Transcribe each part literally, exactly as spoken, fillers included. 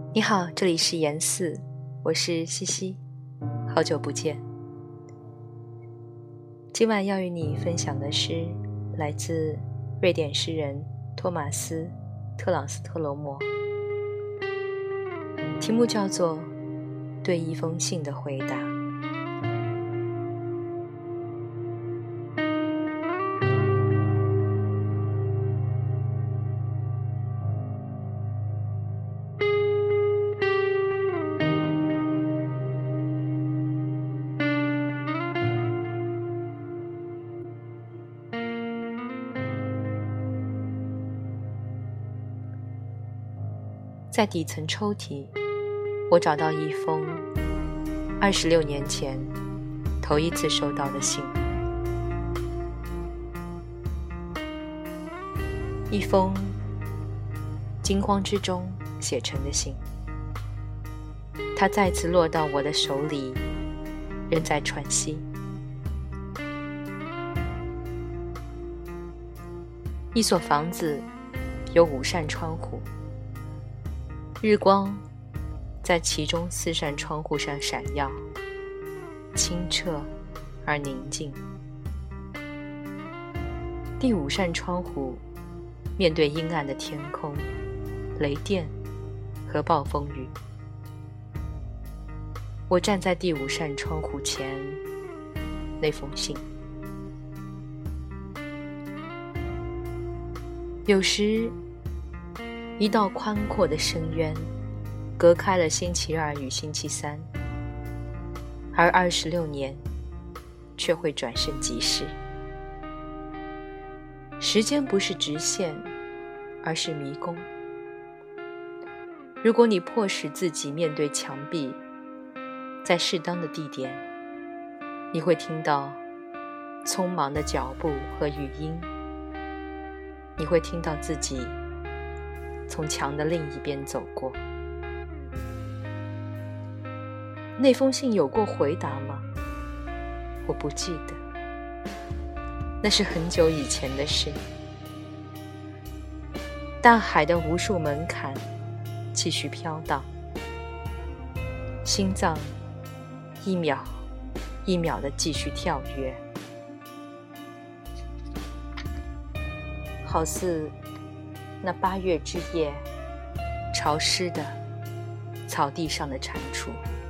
你好，这里是言四，我是西西，好久不见。今晚要与你分享的诗来自瑞典诗人托马斯·特朗斯特罗摩，题目叫做《对一封信的回答》。在底层抽屉，我找到一封二十六年前头一次收到的信，一封惊慌之中写成的信。它再次落到我的手里，仍在喘息。一所房子有五扇窗户，日光在其中四扇窗户上闪耀，清澈而宁静。第五扇窗户面对阴暗的天空、雷电和暴风雨。我站在第五扇窗户前，那封信。有时一道宽阔的深渊隔开了星期二与星期三，而二十六年却会转瞬即逝。时间不是直线，而是迷宫。如果你迫使自己面对墙壁，在适当的地点，你会听到匆忙的脚步和语音，你会听到自己从墙的另一边走过。那封信有过回答吗？我不记得，那是很久以前的事。大海的无数门槛继续飘荡，心脏一秒一秒地继续跳跃，好似那八月之夜潮湿的草地上的蟾蜍。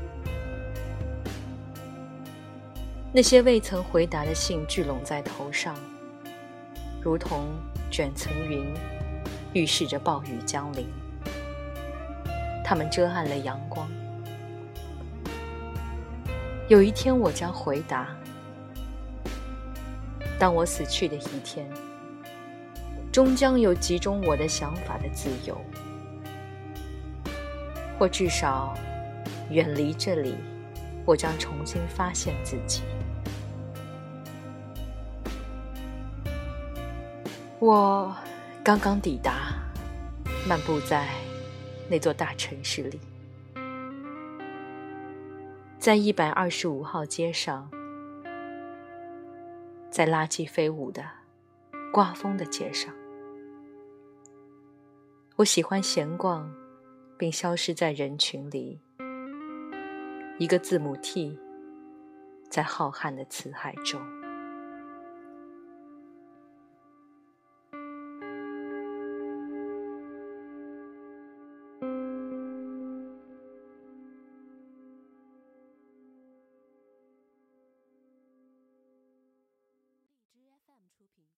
那些未曾回答的信聚拢在头上，如同卷层云，预示着暴雨将临。它们遮暗了阳光。有一天我将回答，当我死去的一天，终将有集中我的想法的自由，或至少远离这里，我将重新发现自己。我刚刚抵达，漫步在那座大城市里，在一百二十五号街上，在垃圾飞舞的刮风的街上。我喜欢闲逛，并消失在人群里，一个字母 T 在浩瀚的辞海中。 荔枝 F M 出品。